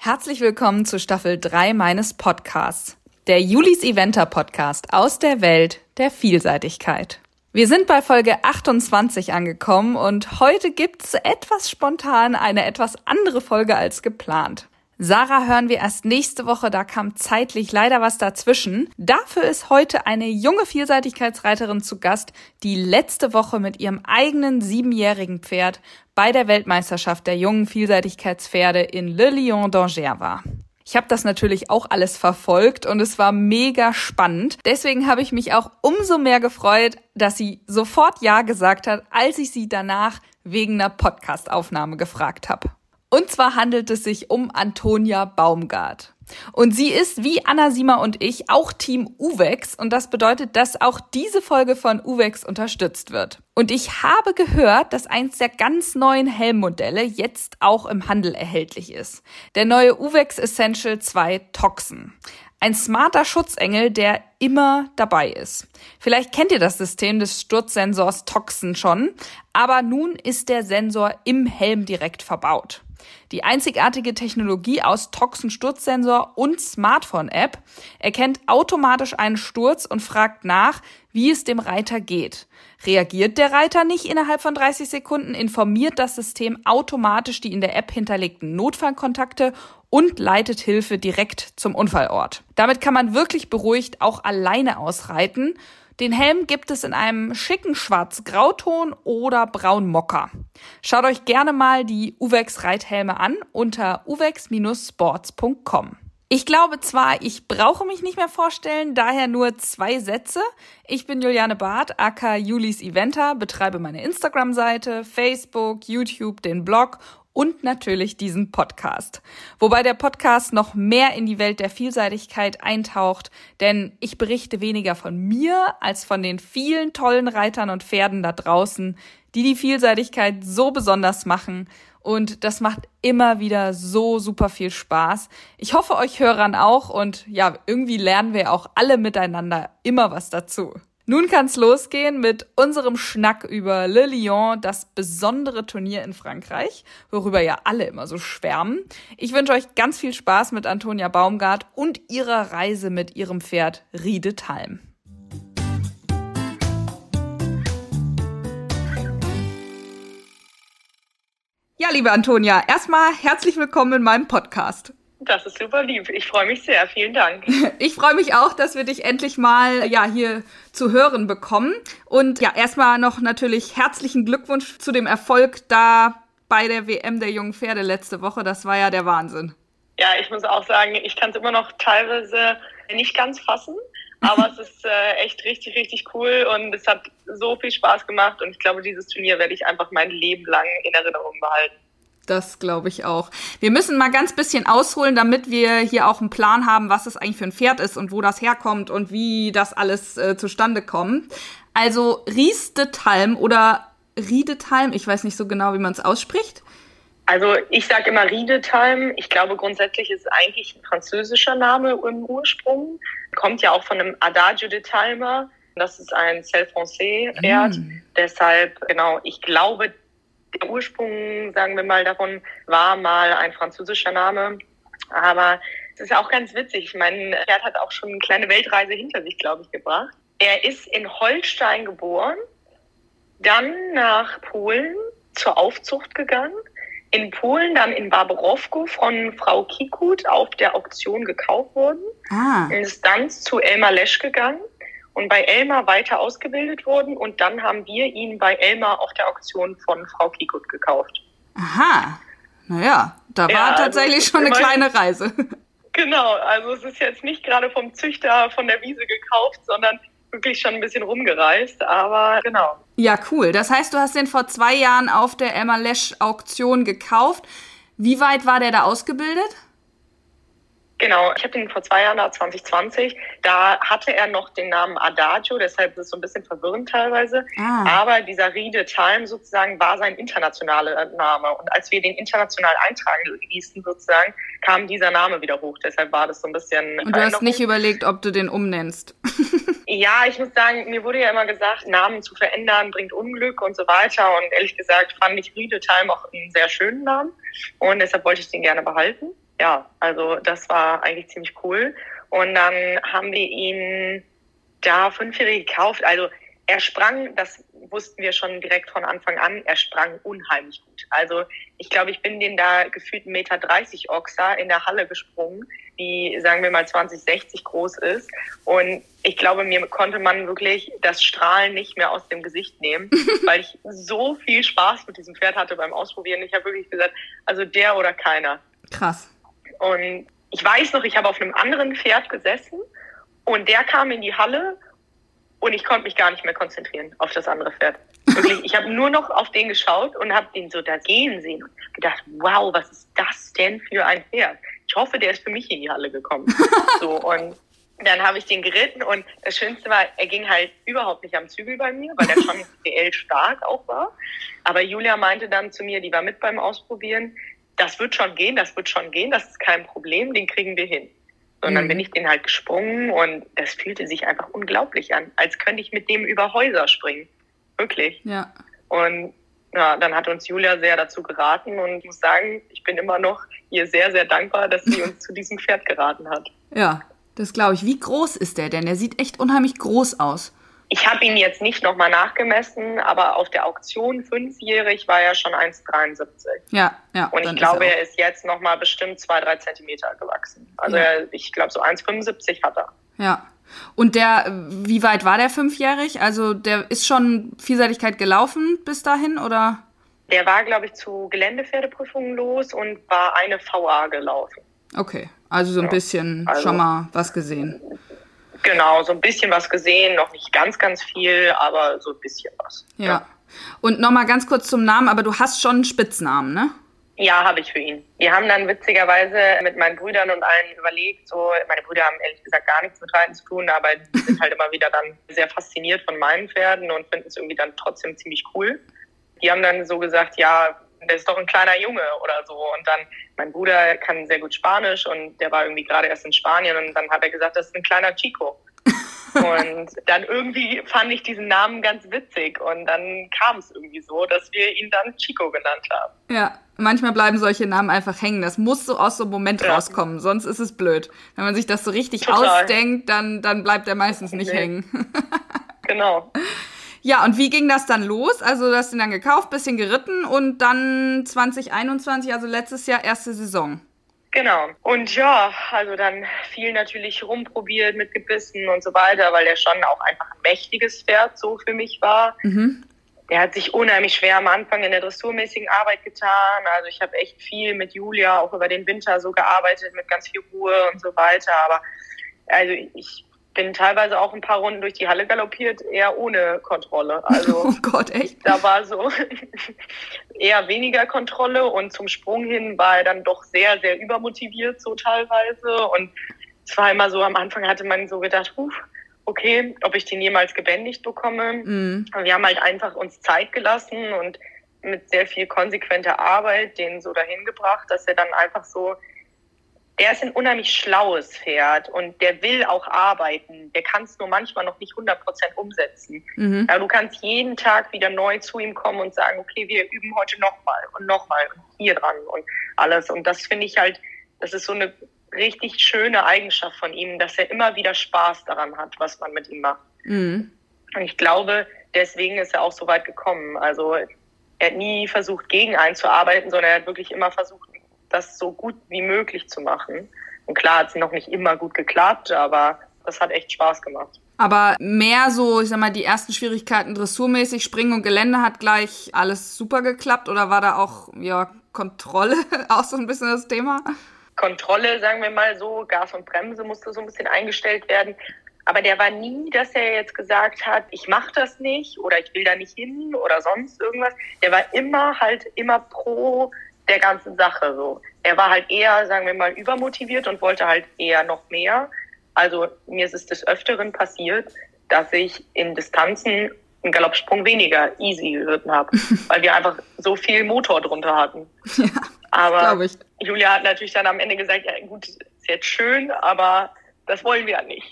Herzlich willkommen zu Staffel 3 meines Podcasts, der Julis Eventer Podcast aus der Welt der Vielseitigkeit. Wir sind bei Folge 28 angekommen und heute gibt's etwas spontan eine etwas andere Folge als geplant. Sarah hören wir erst nächste Woche, da kam zeitlich leider was dazwischen. Dafür ist heute eine junge Vielseitigkeitsreiterin zu Gast, die letzte Woche mit ihrem eigenen 7-jährigen Pferd bei der Weltmeisterschaft der jungen Vielseitigkeitspferde in Le Lion d'Angers war. Ich habe das natürlich auch alles verfolgt und es war mega spannend. Deswegen habe ich mich auch umso mehr gefreut, dass sie sofort Ja gesagt hat, als ich sie danach wegen einer Podcastaufnahme gefragt habe. Und zwar handelt es sich um Antonia Baumgart. Und sie ist, wie Anna Siemer und ich, auch Team Uvex. Und das bedeutet, dass auch diese Folge von Uvex unterstützt wird. Und ich habe gehört, dass eins der ganz neuen Helmmodelle jetzt auch im Handel erhältlich ist. Der neue Uvex Essential 2 Toxen. Ein smarter Schutzengel, der immer dabei ist. Vielleicht kennt ihr das System des Sturzsensors Toxen schon, aber nun ist der Sensor im Helm direkt verbaut. Die einzigartige Technologie aus Toxen-Sturzsensor und Smartphone-App erkennt automatisch einen Sturz und fragt nach, wie es dem Reiter geht. Reagiert der Reiter nicht innerhalb von 30 Sekunden, informiert das System automatisch die in der App hinterlegten Notfallkontakte und leitet Hilfe direkt zum Unfallort. Damit kann man wirklich beruhigt auch alleine ausreiten. Den Helm gibt es in einem schicken Schwarz-Grauton oder Braun-Mokka. Schaut euch gerne mal die Uvex Reithelme an unter uvex-sports.com. Ich glaube zwar, ich brauche mich nicht mehr vorstellen, daher nur 2 Sätze. Ich bin Juliane Barth, aka Julis Eventer, betreibe meine Instagram-Seite, Facebook, YouTube, den Blog und natürlich diesen Podcast. Wobei der Podcast noch mehr in die Welt der Vielseitigkeit eintaucht, denn ich berichte weniger von mir als von den vielen tollen Reitern und Pferden da draußen, die die Vielseitigkeit so besonders machen. Und das macht immer wieder so super viel Spaß. Ich hoffe, euch Hörern auch und ja, irgendwie lernen wir auch alle miteinander immer was dazu. Nun kann's losgehen mit unserem Schnack über Le Lion, das besondere Turnier in Frankreich, worüber ja alle immer so schwärmen. Ich wünsche euch ganz viel Spaß mit Antonia Baumgart und ihrer Reise mit ihrem Pferd Ride Talm. Ja, liebe Antonia, erstmal herzlich willkommen in meinem Podcast. Das ist super lieb. Ich freue mich sehr. Vielen Dank. Ich freue mich auch, dass wir dich endlich mal hier zu hören bekommen. Und ja, erstmal noch natürlich herzlichen Glückwunsch zu dem Erfolg da bei der WM der jungen Pferde letzte Woche. Das war ja der Wahnsinn. Ja, ich muss auch sagen, ich kann es immer noch teilweise nicht ganz fassen. Aber es ist echt richtig, richtig cool und es hat so viel Spaß gemacht. Und ich glaube, dieses Turnier werde ich einfach mein Leben lang in Erinnerung behalten. Das glaube ich auch. Wir müssen mal ganz bisschen ausholen, damit wir hier auch einen Plan haben, was es eigentlich für ein Pferd ist und wo das herkommt und wie das alles zustande kommt. Also Ride Talm oder Ride Talm, ich weiß nicht so genau, wie man es ausspricht. Also ich sage immer Ride Talm. Ich glaube, grundsätzlich ist es eigentlich ein französischer Name im Ursprung. Kommt ja auch von einem Adagio de Talma. Das ist ein Selle Français Pferd. Deshalb, genau, ich glaube, der Ursprung, sagen wir mal, davon war mal ein französischer Name. Aber es ist auch ganz witzig. Ich meine, Pferd hat auch schon eine kleine Weltreise hinter sich, glaube ich, gebracht. Er ist in Holstein geboren, dann nach Polen zur Aufzucht gegangen. In Polen dann in Barbarowko von Frau Kikut auf der Auktion gekauft worden. Und ist dann zu Elmar Lesch gegangen. Und bei Elmar weiter ausgebildet worden und dann haben wir ihn bei Elmar auf der Auktion von Frau Kikut gekauft. Aha, naja, da war tatsächlich also schon eine kleine Reise. Genau, also es ist jetzt nicht gerade vom Züchter von der Wiese gekauft, sondern wirklich schon ein bisschen rumgereist, aber genau. Ja, cool. Das heißt, du hast den vor 2 Jahren auf der Elmar Lesch Auktion gekauft. Wie weit war der da ausgebildet? Genau, ich habe ihn vor 2 Jahren, da 2020, da hatte er noch den Namen Adagio, deshalb ist es so ein bisschen verwirrend teilweise. Aber dieser Ride Talm sozusagen war sein internationaler Name. Und als wir den international eintragen ließen sozusagen, kam dieser Name wieder hoch. Deshalb war das so ein bisschen... Und du hast nicht überlegt, ob du den umnennst? Ja, ich muss sagen, mir wurde ja immer gesagt, Namen zu verändern bringt Unglück und so weiter. Und ehrlich gesagt fand ich Ride Talm auch einen sehr schönen Namen. Und deshalb wollte ich den gerne behalten. ja, also das war eigentlich ziemlich cool. Und dann haben wir ihn da 5-Jährige gekauft. Also er sprang, das wussten wir schon direkt von Anfang an, er sprang unheimlich gut. Also ich glaube, ich bin den da gefühlt 1,30 Meter Ochser in der Halle gesprungen, die, sagen wir mal, 20-60 groß ist. Und ich glaube, mir konnte man wirklich das Strahlen nicht mehr aus dem Gesicht nehmen, weil ich so viel Spaß mit diesem Pferd hatte beim Ausprobieren. Ich habe wirklich gesagt, also der oder keiner. Krass. Und ich weiß noch, ich habe auf einem anderen Pferd gesessen und der kam in die Halle und ich konnte mich gar nicht mehr konzentrieren auf das andere Pferd. Wirklich, ich habe nur noch auf den geschaut und habe den so da gehen sehen und gedacht, wow, was ist das denn für ein Pferd? Ich hoffe, der ist für mich in die Halle gekommen. So, und dann habe ich den geritten und das Schönste war, er ging halt überhaupt nicht am Zügel bei mir, weil er schon reell stark auch war. Aber Julia meinte dann zu mir, die war mit beim Ausprobieren, das wird schon gehen, das ist kein Problem, den kriegen wir hin. Und dann bin ich den halt gesprungen und das fühlte sich einfach unglaublich an, als könnte ich mit dem über Häuser springen. Wirklich. Ja. Und ja, dann hat uns Julia sehr dazu geraten und ich muss sagen, ich bin immer noch ihr sehr, sehr dankbar, dass sie uns zu diesem Pferd geraten hat. Ja, das glaube ich. Wie groß ist der denn? Der sieht echt unheimlich groß aus. Ich habe ihn jetzt nicht nochmal nachgemessen, aber auf der Auktion 5-jährig war er schon 1,73. Ja. Und ich glaube, er ist jetzt nochmal bestimmt 2-3 Zentimeter gewachsen. Also ich glaube, so 1,75 hat er. Ja. Und wie weit war der 5-jährig? Also der ist schon Vielseitigkeit gelaufen bis dahin, oder? Der war, glaube ich, zu Geländepferdeprüfungen los und war eine VA gelaufen. Okay, also so ein bisschen schon mal was gesehen. Genau, so ein bisschen was gesehen, noch nicht ganz, ganz viel, aber so ein bisschen was. Ja. Und nochmal ganz kurz zum Namen, aber du hast schon einen Spitznamen, ne? Ja, habe ich für ihn. Wir haben dann witzigerweise mit meinen Brüdern und allen überlegt, so, meine Brüder haben ehrlich gesagt gar nichts mit Reiten zu tun, aber die sind halt immer wieder dann sehr fasziniert von meinen Pferden und finden es irgendwie dann trotzdem ziemlich cool. Die haben dann so gesagt, ja, der ist doch ein kleiner Junge oder so. Und dann, mein Bruder kann sehr gut Spanisch und der war irgendwie gerade erst in Spanien und dann hat er gesagt, das ist ein kleiner Chico. Und dann irgendwie fand ich diesen Namen ganz witzig und dann kam es irgendwie so, dass wir ihn dann Chico genannt haben. Ja, manchmal bleiben solche Namen einfach hängen. Das muss so aus so einem Moment rauskommen, sonst ist es blöd. Wenn man sich das so richtig ausdenkt, dann bleibt er meistens nicht hängen. Genau. Ja, und wie ging das dann los? Also du hast ihn dann gekauft, bisschen geritten und dann 2021, also letztes Jahr, erste Saison. Genau. Und ja, also dann viel natürlich rumprobiert mit Gebissen und so weiter, weil der schon auch einfach ein mächtiges Pferd so für mich war. Mhm. Der hat sich unheimlich schwer am Anfang in der dressurmäßigen Arbeit getan. Also ich habe echt viel mit Julia auch über den Winter so gearbeitet, mit ganz viel Ruhe und so weiter. Aber also ich bin teilweise auch ein paar Runden durch die Halle galoppiert, eher ohne Kontrolle. Also oh Gott, echt? Da war so eher weniger Kontrolle und zum Sprung hin war er dann doch sehr, sehr übermotiviert so teilweise. Und es war immer so, am Anfang hatte man so gedacht, okay, ob ich den jemals gebändigt bekomme. Mhm. Aber wir haben halt einfach uns Zeit gelassen und mit sehr viel konsequenter Arbeit den so dahin gebracht, dass er dann einfach so, der ist ein unheimlich schlaues Pferd und der will auch arbeiten. Der kann es nur manchmal noch nicht 100% umsetzen. Mhm. Aber du kannst jeden Tag wieder neu zu ihm kommen und sagen, okay, wir üben heute nochmal und hier dran und alles. Und das finde ich halt, das ist so eine richtig schöne Eigenschaft von ihm, dass er immer wieder Spaß daran hat, was man mit ihm macht. Mhm. Und ich glaube, deswegen ist er auch so weit gekommen. Also er hat nie versucht, gegen einen zu arbeiten, sondern er hat wirklich immer versucht, das so gut wie möglich zu machen. Und klar hat es noch nicht immer gut geklappt, aber das hat echt Spaß gemacht. Aber mehr so, ich sag mal, die ersten Schwierigkeiten dressurmäßig, Springen und Gelände hat gleich alles super geklappt oder war da auch, Kontrolle auch so ein bisschen das Thema? Kontrolle, sagen wir mal so, Gas und Bremse musste so ein bisschen eingestellt werden. Aber der war nie, dass er jetzt gesagt hat, ich mache das nicht oder ich will da nicht hin oder sonst irgendwas. Der war immer pro der ganzen Sache so. Er war halt eher, sagen wir mal, übermotiviert und wollte halt eher noch mehr. Also mir ist es des Öfteren passiert, dass ich in Distanzen einen Galoppsprung weniger easy geritten habe, weil wir einfach so viel Motor drunter hatten. Ja, aber Julia hat natürlich dann am Ende gesagt, ja gut, ist jetzt schön, aber das wollen wir ja nicht.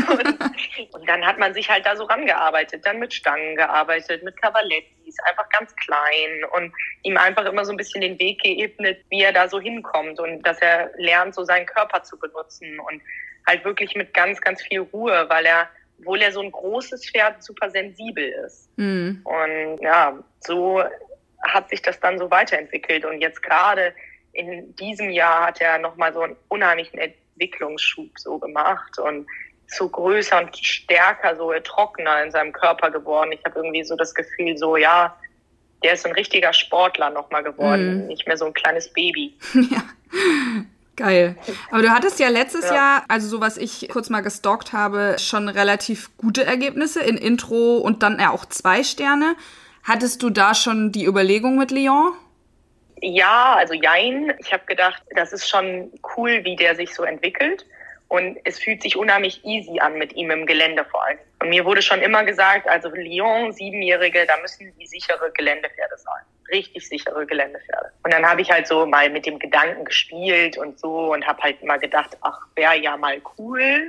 Und dann hat man sich halt da so rangearbeitet, dann mit Stangen gearbeitet, mit Cavalettis, einfach ganz klein und ihm einfach immer so ein bisschen den Weg geebnet, wie er da so hinkommt und dass er lernt, so seinen Körper zu benutzen und halt wirklich mit ganz, ganz viel Ruhe, weil er, obwohl er so ein großes Pferd, super sensibel ist. Mhm. Und ja, so hat sich das dann so weiterentwickelt und jetzt gerade in diesem Jahr hat er nochmal so einen unheimlichen Entwicklungsschub so gemacht und so größer und stärker, so trockener in seinem Körper geworden. Ich habe irgendwie so das Gefühl, so ja, der ist ein richtiger Sportler nochmal geworden, nicht mehr so ein kleines Baby. Ja, geil. Aber du hattest ja letztes Jahr, also so was ich kurz mal gestalkt habe, schon relativ gute Ergebnisse in Intro und dann ja auch 2 Sterne. Hattest du da schon die Überlegung mit Lyon? Ja, also jein. Ich habe gedacht, das ist schon cool, wie der sich so entwickelt. Und es fühlt sich unheimlich easy an mit ihm im Gelände vor allem. Und mir wurde schon immer gesagt, also Lyon, 7-Jährige, da müssen die sichere Geländepferde sein. Richtig sichere Geländepferde. Und dann habe ich halt so mal mit dem Gedanken gespielt und so und habe halt immer gedacht, ach, wäre ja mal cool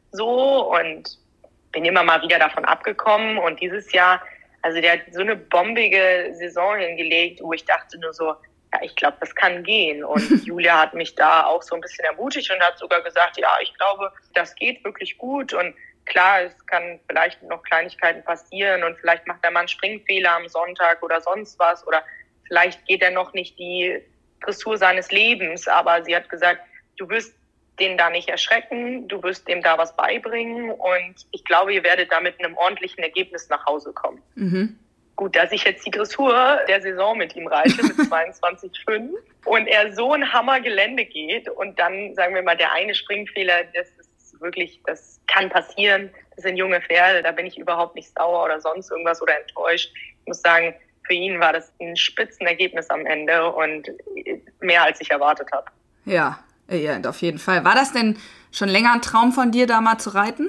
so und bin immer mal wieder davon abgekommen. Und dieses Jahr, also der hat so eine bombige Saison hingelegt, wo ich dachte nur so, ja, ich glaube, das kann gehen. Und Julia hat mich da auch so ein bisschen ermutigt und hat sogar gesagt, ja, ich glaube, das geht wirklich gut. Und klar, es kann vielleicht noch Kleinigkeiten passieren und vielleicht macht der Mann Springfehler am Sonntag oder sonst was oder vielleicht geht er noch nicht die Dressur seines Lebens. Aber sie hat gesagt, du wirst den da nicht erschrecken, du wirst dem da was beibringen und ich glaube, ihr werdet da mit einem ordentlichen Ergebnis nach Hause kommen. Mhm. Gut, dass ich jetzt die Dressur der Saison mit ihm reite, mit 22,5 und er so ein Hammergelände geht und dann, sagen wir mal, der eine Springfehler, das ist wirklich, das kann passieren, das sind junge Pferde, da bin ich überhaupt nicht sauer oder sonst irgendwas oder enttäuscht. Ich muss sagen, für ihn war das ein Spitzenergebnis am Ende und mehr als ich erwartet habe. Ja, auf jeden Fall. War das denn schon länger ein Traum von dir, da mal zu reiten?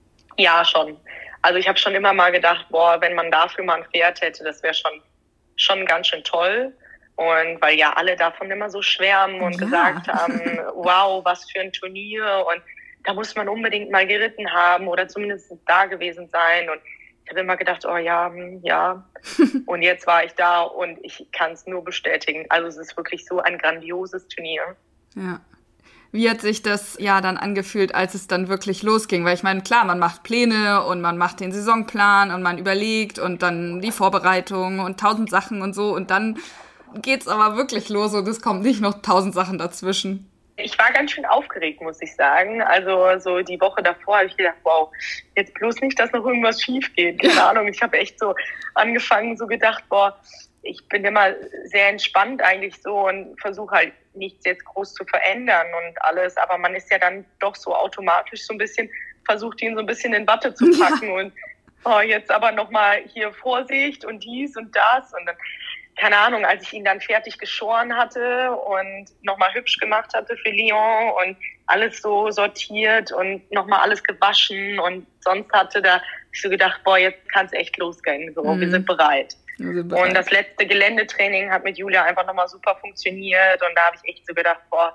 Ja, schon. Also ich habe schon immer mal gedacht, boah, wenn man dafür mal ein Pferd hätte, das wäre schon ganz schön toll. Und weil ja alle davon immer so schwärmen und gesagt haben, wow, was für ein Turnier und da muss man unbedingt mal geritten haben oder zumindest da gewesen sein. Und ich habe immer gedacht, oh ja, ja. Und jetzt war ich da und ich kann es nur bestätigen. Also es ist wirklich so ein grandioses Turnier. Ja. Wie hat sich das Jahr dann angefühlt, als es dann wirklich losging? Weil ich meine, klar, man macht Pläne und man macht den Saisonplan und man überlegt und dann die Vorbereitung und 1000 Sachen und so. Und dann geht's aber wirklich los und es kommt nicht noch 1000 Sachen dazwischen. Ich war ganz schön aufgeregt, muss ich sagen. Also so die Woche davor habe ich gedacht, wow, jetzt bloß nicht, dass noch irgendwas schief geht. Keine Ahnung, ich habe echt so angefangen, so gedacht, boah, ich bin immer sehr entspannt eigentlich so und versuche halt nichts jetzt groß zu verändern und alles. Aber man ist ja dann doch so automatisch so ein bisschen, versucht ihn so ein bisschen in Watte zu packen und jetzt aber nochmal hier Vorsicht und dies und das und dann, keine Ahnung, als ich ihn dann fertig geschoren hatte und nochmal hübsch gemacht hatte für Lyon und alles so sortiert und nochmal alles gewaschen und sonst hatte, da hab ich so gedacht, boah, jetzt kann es echt losgehen, so, wir sind bereit. Und das letzte Geländetraining hat mit Julia einfach nochmal super funktioniert und da habe ich echt so gedacht, boah,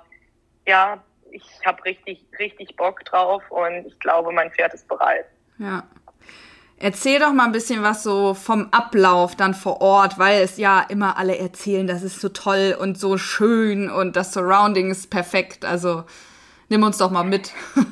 ja, ich habe richtig, richtig Bock drauf und ich glaube, mein Pferd ist bereit. Ja. Erzähl doch mal ein bisschen was so vom Ablauf dann vor Ort, weil es ja immer alle erzählen, das ist so toll und so schön und das Surrounding ist perfekt. Also nimm uns doch mal mit.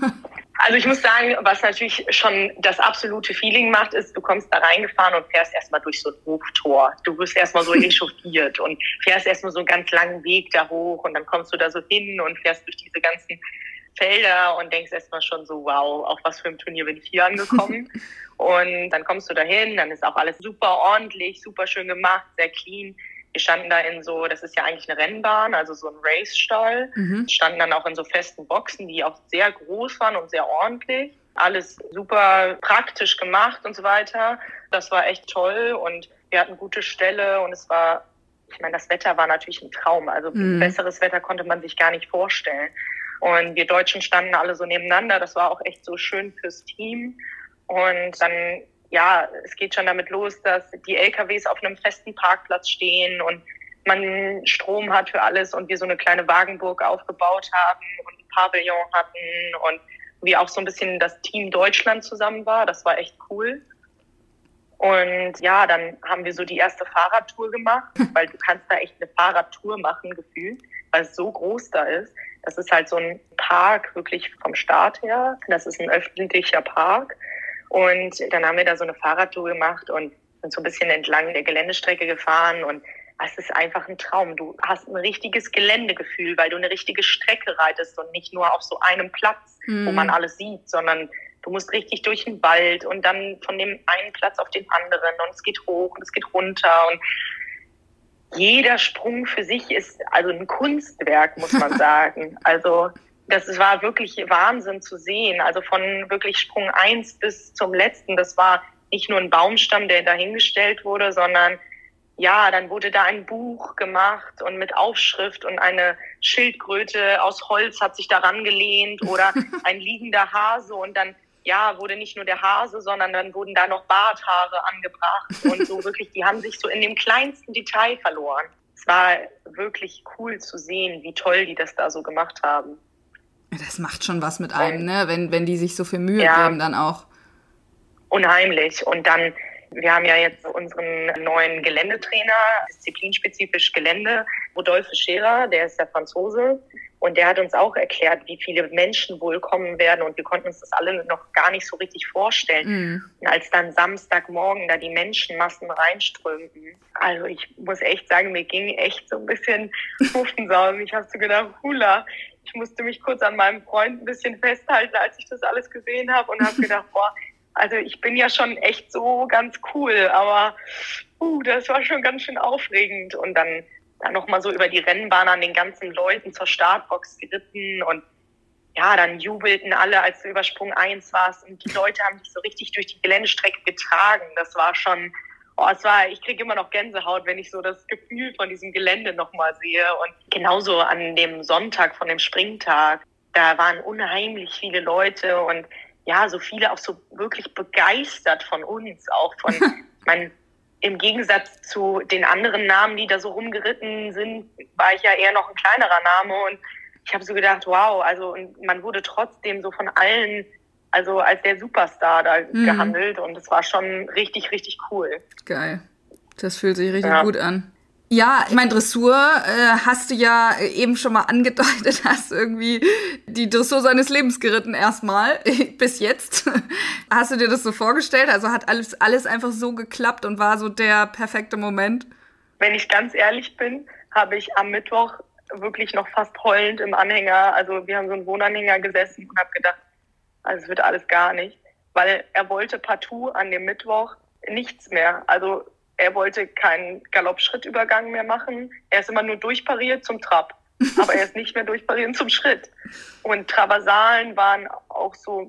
Also ich muss sagen, was natürlich schon das absolute Feeling macht, ist, du kommst da reingefahren und fährst erstmal durch so ein Hoftor. Du wirst erstmal so echauffiert und fährst erstmal so einen ganz langen Weg da hoch und dann kommst du da so hin und fährst durch diese ganzen Felder und denkst erstmal schon so, wow, auf was für ein Turnier bin ich hier angekommen. Und dann kommst du da hin, dann ist auch alles super ordentlich, super schön gemacht, sehr clean. Wir standen da in so, das ist ja eigentlich eine Rennbahn, also so ein Racestall. Standen dann auch in so festen Boxen, die auch sehr groß waren und sehr ordentlich. Alles super praktisch gemacht und so weiter. Das war echt toll und wir hatten gute Ställe und es war, ich meine, das Wetter war natürlich ein Traum. Also besseres Wetter konnte man sich gar nicht vorstellen. Und wir Deutschen standen alle so nebeneinander. Das war auch echt so schön fürs Team. Und dann, ja, es geht schon damit los, dass die LKWs auf einem festen Parkplatz stehen und man Strom hat für alles und wir so eine kleine Wagenburg aufgebaut haben und ein Pavillon hatten und wie auch so ein bisschen das Team Deutschland zusammen war. Das war echt cool. Und ja, dann haben wir so die erste Fahrradtour gemacht, weil du kannst da echt eine Fahrradtour machen, gefühlt, weil es so groß da ist. Das ist halt so ein Park, wirklich vom Start her. Das ist ein öffentlicher Park. Und dann haben wir da so eine Fahrradtour gemacht und sind so ein bisschen entlang der Geländestrecke gefahren. Und es ist einfach ein Traum. Du hast ein richtiges Geländegefühl, weil du eine richtige Strecke reitest und nicht nur auf so einem Platz, wo man alles sieht, sondern du musst richtig durch den Wald und dann von dem einen Platz auf den anderen und es geht hoch und es geht runter und jeder Sprung für sich ist also ein Kunstwerk, muss man sagen. Also das war wirklich Wahnsinn zu sehen. Also von wirklich Sprung 1 bis zum letzten. Das war nicht nur ein Baumstamm, der dahingestellt wurde, sondern ja, dann wurde da ein Buch gemacht und mit Aufschrift und eine Schildkröte aus Holz hat sich daran gelehnt oder ein liegender Hase und dann ja, wurde nicht nur der Hase, sondern dann wurden da noch Barthaare angebracht und so wirklich, die haben sich so in dem kleinsten Detail verloren. Es war wirklich cool zu sehen, wie toll die das da so gemacht haben. Das macht schon was mit einem, ne? Wenn die sich so viel Mühe geben dann auch. Unheimlich. Und dann, wir haben ja jetzt unseren neuen Geländetrainer, disziplinspezifisch Gelände, Rodolphe Scherer, der ist der Franzose. Und der hat uns auch erklärt, wie viele Menschen wohl kommen werden. Und wir konnten uns das alle noch gar nicht so richtig vorstellen. Und als dann Samstagmorgen da die Menschenmassen reinströmten, also ich muss echt sagen, mir ging echt so ein bisschen Muffensausen. Ich habe so gedacht, hula. Ich musste mich kurz an meinem Freund ein bisschen festhalten, als ich das alles gesehen habe. Und habe gedacht, boah, also ich bin ja schon echt so ganz cool. Aber das war schon ganz schön aufregend. Und dann nochmal so über die Rennbahn an den ganzen Leuten zur Startbox geritten und ja, dann jubelten alle, als du über Sprung 1 warst und die Leute haben dich so richtig durch die Geländestrecke getragen. Das war schon, ich kriege immer noch Gänsehaut, wenn ich so das Gefühl von diesem Gelände nochmal sehe. Und genauso an dem Sonntag von dem Springtag, da waren unheimlich viele Leute und ja, so viele auch so wirklich begeistert von uns, auch von, ich meine, im Gegensatz zu den anderen Namen, die da so rumgeritten sind, war ich ja eher noch ein kleinerer Name. Und ich habe so gedacht, wow, also und man wurde trotzdem so von allen, also als der Superstar da gehandelt. Und es war schon richtig, richtig cool. Geil. Das fühlt sich richtig gut an. Ja, ich meine, Dressur hast du ja eben schon mal angedeutet, hast irgendwie die Dressur seines Lebens geritten erstmal, bis jetzt. Hast du dir das so vorgestellt? Also hat alles einfach so geklappt und war so der perfekte Moment? Wenn ich ganz ehrlich bin, habe ich am Mittwoch wirklich noch fast heulend im Anhänger, also wir haben so einen Wohnanhänger gesessen und habe gedacht, also es wird alles gar nicht, weil er wollte partout an dem Mittwoch nichts mehr, also er wollte keinen Galoppschrittübergang mehr machen. Er ist immer nur durchpariert zum Trab. Aber er ist nicht mehr durchpariert zum Schritt. Und Traversalen waren auch so,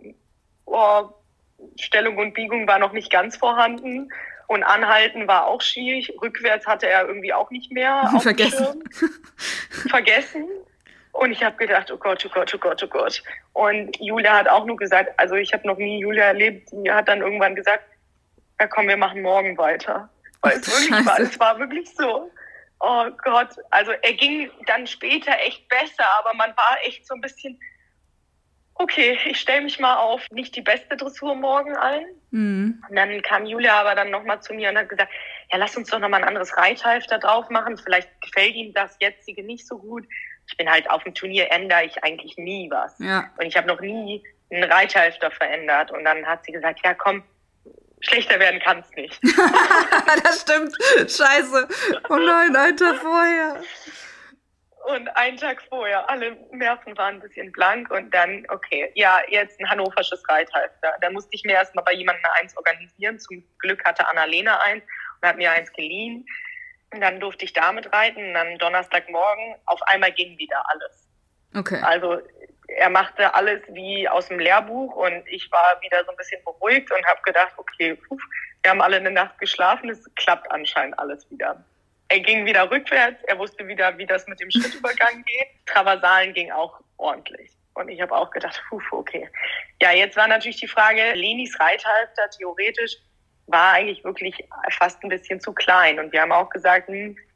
Stellung und Biegung war noch nicht ganz vorhanden. Und Anhalten war auch schwierig. Rückwärts hatte er irgendwie auch nicht mehr auf dem Schirm. Vergessen. Und ich habe gedacht, oh Gott, oh Gott, oh Gott, oh Gott. Und Julia hat auch nur gesagt, also ich habe noch nie Julia erlebt, die hat dann irgendwann gesagt, ja komm, wir machen morgen weiter. Weil es war wirklich so, oh Gott, also er ging dann später echt besser, aber man war echt so ein bisschen, okay, ich stelle mich mal auf nicht die beste Dressur morgen ein. Und dann kam Julia aber dann nochmal zu mir und hat gesagt, ja, lass uns doch nochmal ein anderes Reithalfter drauf machen, vielleicht gefällt ihm das jetzige nicht so gut. Ich bin halt auf dem Turnier, ändere ich eigentlich nie was. Ja. Und ich habe noch nie einen Reithalfter verändert. Und dann hat sie gesagt, ja komm, schlechter werden kann's nicht. Das stimmt. Scheiße. Oh nein, einen Tag vorher. Und einen Tag vorher. Alle Nerven waren ein bisschen blank. Und dann, okay, ja, jetzt ein hannoversches Reithalfter. Da musste ich mir erstmal bei jemandem eins organisieren. Zum Glück hatte Annalena eins und hat mir eins geliehen. Und dann durfte ich damit reiten. Und dann Donnerstagmorgen, auf einmal ging wieder alles. Okay. Also er machte alles wie aus dem Lehrbuch und ich war wieder so ein bisschen beruhigt und habe gedacht, okay, wir haben alle eine Nacht geschlafen, es klappt anscheinend alles wieder. Er ging wieder rückwärts, er wusste wieder, wie das mit dem Schrittübergang geht. Traversalen ging auch ordentlich. Und ich habe auch gedacht, okay. Ja, jetzt war natürlich die Frage, Lenis Reithalfter theoretisch war eigentlich wirklich fast ein bisschen zu klein. Und wir haben auch gesagt,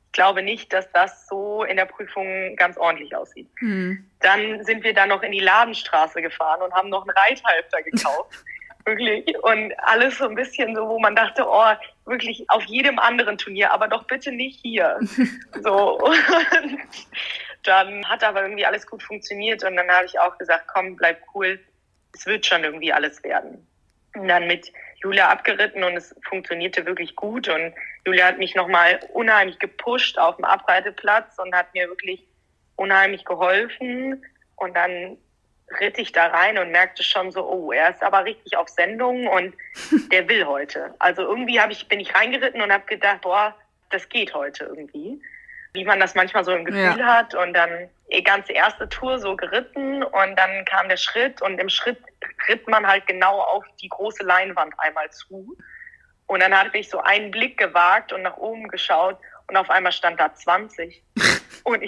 Ich glaube nicht, dass das so in der Prüfung ganz ordentlich aussieht. Dann sind wir dann noch in die Ladenstraße gefahren und haben noch einen Reithalfter gekauft. Wirklich. Und alles so ein bisschen so, wo man dachte, oh, wirklich auf jedem anderen Turnier, aber doch bitte nicht hier. So. Und dann hat aber irgendwie alles gut funktioniert und dann habe ich auch gesagt, komm, bleib cool, es wird schon irgendwie alles werden. Und dann mit Julia abgeritten und es funktionierte wirklich gut und Julia hat mich nochmal unheimlich gepusht auf dem Abreiteplatz und hat mir wirklich unheimlich geholfen und dann ritt ich da rein und merkte schon so, oh, er ist aber richtig auf Sendung und der will heute. Also irgendwie bin ich reingeritten und habe gedacht, boah, das geht heute irgendwie. Wie man das manchmal so im Gefühl hat und dann die ganze erste Tour so geritten und dann kam der Schritt und im Schritt ritt man halt genau auf die große Leinwand einmal zu und dann hatte ich so einen Blick gewagt und nach oben geschaut und auf einmal stand da 20 und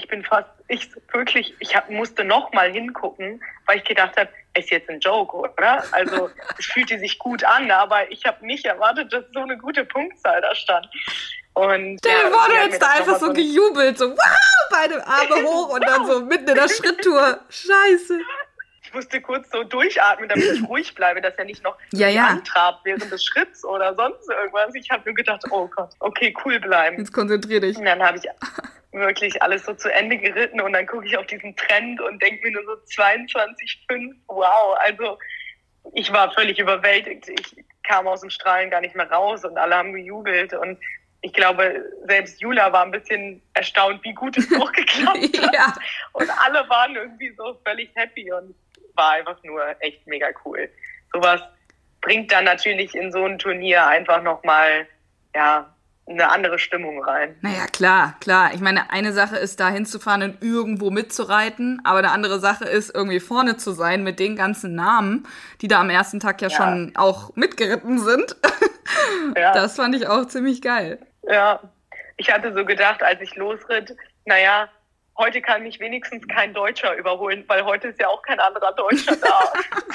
musste noch mal hingucken, weil ich gedacht habe, ist jetzt ein Joke, oder? Also es fühlte sich gut an, aber ich habe nicht erwartet, dass so eine gute Punktzahl da stand. Und stell dir vor, du hättest da einfach so gejubelt, so wow, beide Arme hoch und dann so mitten in der Schritttour. Scheiße. Ich musste kurz so durchatmen, damit ich ruhig bleibe, dass er nicht noch antrabt während des Schritts oder sonst irgendwas. Ich habe nur gedacht, oh Gott, okay, cool bleiben. Jetzt konzentrier dich. Und dann habe ich wirklich alles so zu Ende geritten und dann gucke ich auf diesen Trend und denke mir nur so 22,5, wow. Also ich war völlig überwältigt. Ich kam aus dem Strahlen gar nicht mehr raus und alle haben gejubelt und ich glaube, selbst Julia war ein bisschen erstaunt, wie gut es auch geklappt hat. Und alle waren irgendwie so völlig happy und war einfach nur echt mega cool. Sowas bringt dann natürlich in so ein Turnier einfach nochmal, eine andere Stimmung rein. Naja, klar. Ich meine, eine Sache ist, da hinzufahren und irgendwo mitzureiten, aber eine andere Sache ist, irgendwie vorne zu sein mit den ganzen Namen, die da am ersten Tag ja schon auch mitgeritten sind. Ja. Das fand ich auch ziemlich geil. Ja, ich hatte so gedacht, als ich losritt, heute kann mich wenigstens kein Deutscher überholen, weil heute ist ja auch kein anderer Deutscher da.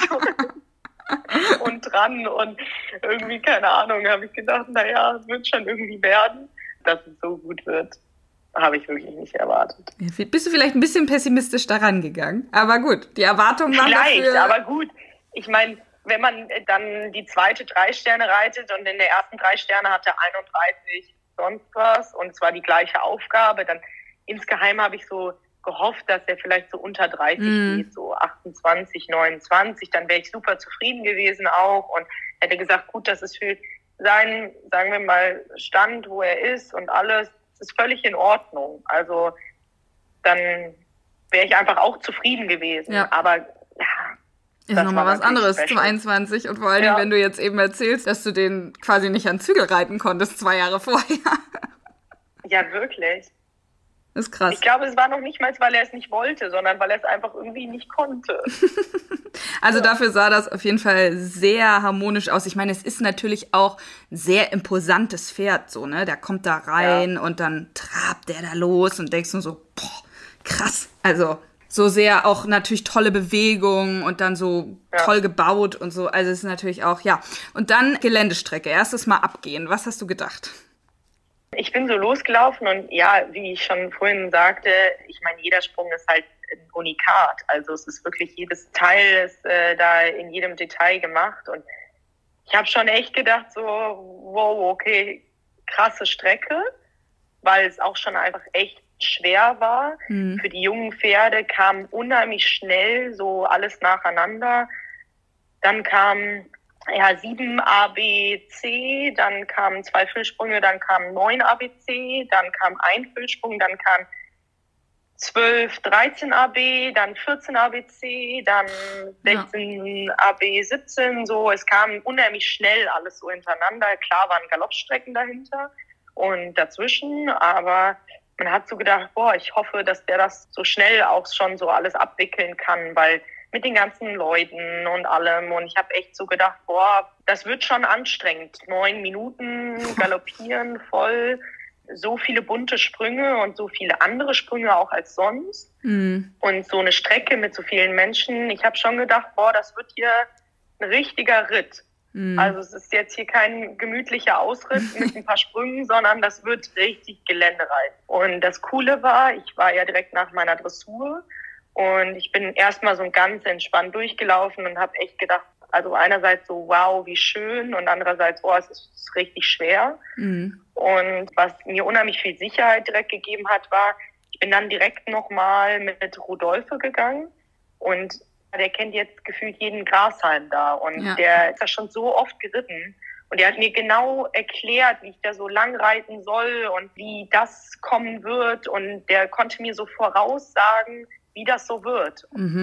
Und dran und irgendwie, keine Ahnung, habe ich gedacht, es wird schon irgendwie werden. Dass es so gut wird, habe ich wirklich nicht erwartet. Ja, bist du vielleicht ein bisschen pessimistisch daran gegangen? Aber gut, die Erwartungen waren vielleicht, dafür... aber gut. Ich meine, wenn man dann die zweite 3 Sterne reitet und in der ersten 3 Sterne hatte 31 sonst was und es war die gleiche Aufgabe, dann insgeheim habe ich so gehofft, dass er vielleicht so unter 30 geht, so 28, 29, dann wäre ich super zufrieden gewesen auch und hätte gesagt, gut, das ist für seinen, sagen wir mal, Stand, wo er ist und alles, das ist völlig in Ordnung. Also dann wäre ich einfach auch zufrieden gewesen. Ja. Aber ist nochmal was anderes zum 21 und vor allen Dingen, wenn du jetzt eben erzählst, dass du den quasi nicht an Zügel reiten konntest 2 Jahre vorher. Ja, wirklich. Das ist krass. Ich glaube, es war noch nicht mal, weil er es nicht wollte, sondern weil er es einfach irgendwie nicht konnte. Also dafür sah das auf jeden Fall sehr harmonisch aus. Ich meine, es ist natürlich auch ein sehr imposantes Pferd, so, ne? Der kommt da rein und dann trabt der da los und denkst du so, boah, krass. Also so sehr auch natürlich tolle Bewegungen und dann so toll gebaut und so. Also es ist natürlich auch, Und dann Geländestrecke, erstes Mal abgehen. Was hast du gedacht? Ich bin so losgelaufen und wie ich schon vorhin sagte, ich meine, jeder Sprung ist halt ein Unikat. Also es ist wirklich, jedes Teil ist da in jedem Detail gemacht und ich habe schon echt gedacht so, wow, okay, krasse Strecke, weil es auch schon einfach echt schwer war. Für die jungen Pferde kam unheimlich schnell so alles nacheinander. Dann kam 7 ABC, dann kamen 2 Füllsprünge, dann kam 9 ABC, dann kam ein Füllsprung, dann kam 12, 13 AB, dann 14 ABC, dann 16 AB, 17, so. Es kam unheimlich schnell alles so hintereinander. Klar waren Galoppstrecken dahinter und dazwischen, aber man hat so gedacht, ich hoffe, dass der das so schnell auch schon so alles abwickeln kann, weil mit den ganzen Leuten und allem. Und ich habe echt so gedacht, das wird schon anstrengend. 9 Minuten galoppieren voll, so viele bunte Sprünge und so viele andere Sprünge auch als sonst. Und so eine Strecke mit so vielen Menschen. Ich habe schon gedacht, das wird hier ein richtiger Ritt. Also es ist jetzt hier kein gemütlicher Ausritt mit ein paar Sprüngen, sondern das wird richtig geländereif. Und das Coole war, ich war ja direkt nach meiner Dressur und ich bin erstmal so ganz entspannt durchgelaufen und habe echt gedacht, also einerseits so, wow, wie schön, und andererseits, oh, es ist richtig schwer. Und was mir unheimlich viel Sicherheit direkt gegeben hat, war, ich bin dann direkt nochmal mit Rodolphe gegangen und der kennt jetzt gefühlt jeden Grashalm da und der ist da schon so oft geritten und der hat mir genau erklärt, wie ich da so lang reiten soll und wie das kommen wird, und der konnte mir so voraussagen, wie das so wird.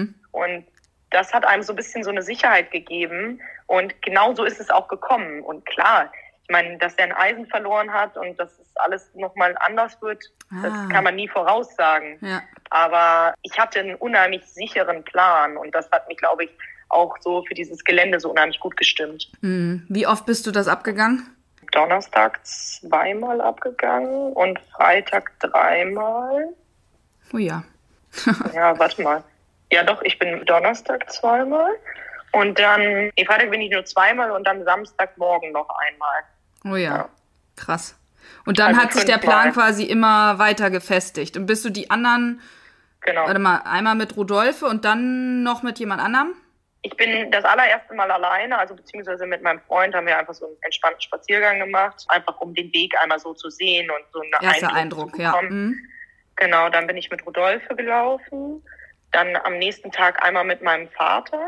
Und das hat einem so ein bisschen so eine Sicherheit gegeben, und genau so ist es auch gekommen. Und klar, ich meine, dass der ein Eisen verloren hat und dass es alles nochmal anders wird, das kann man nie voraussagen. Ja. Aber ich hatte einen unheimlich sicheren Plan und das hat mich, glaube ich, auch so für dieses Gelände so unheimlich gut gestimmt. Wie oft bist du das abgegangen? Donnerstag 2-mal abgegangen und Freitag 3-mal. Oh ja. Ja, warte mal. Ja doch, ich bin Donnerstag 2-mal und dann, Freitag bin ich nur 2-mal und dann Samstagmorgen noch einmal. Oh ja, krass. Und dann hat sich der Plan quasi immer weiter gefestigt. Und bist du die anderen, warte mal, einmal mit Rodolphe und dann noch mit jemand anderem? Ich bin das allererste Mal alleine, also beziehungsweise mit meinem Freund haben wir einfach so einen entspannten Spaziergang gemacht, einfach um den Weg einmal so zu sehen und so einen Eindruck zu bekommen. Ja. Genau, dann bin ich mit Rodolphe gelaufen, dann am nächsten Tag einmal mit meinem Vater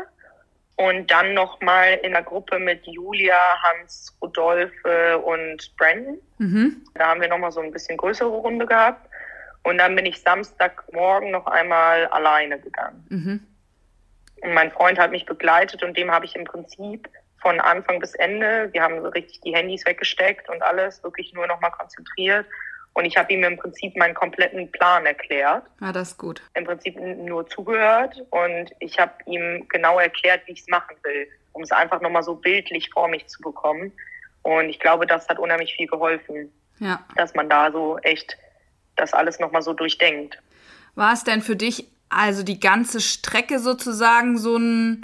und dann nochmal in der Gruppe mit Julia, Hans, Rodolphe und Brandon. Da haben wir nochmal so ein bisschen größere Runde gehabt und dann bin ich Samstagmorgen noch einmal alleine gegangen. Und mein Freund hat mich begleitet und dem habe ich im Prinzip von Anfang bis Ende, wir haben so richtig die Handys weggesteckt und alles, wirklich nur nochmal konzentriert. Und ich habe ihm im Prinzip meinen kompletten Plan erklärt. Ah, das ist gut. Im Prinzip nur zugehört und ich habe ihm genau erklärt, wie ich es machen will, um es einfach nochmal so bildlich vor mich zu bekommen. Und ich glaube, das hat unheimlich viel geholfen, dass man da so echt das alles nochmal so durchdenkt. War es denn für dich also die ganze Strecke sozusagen so ein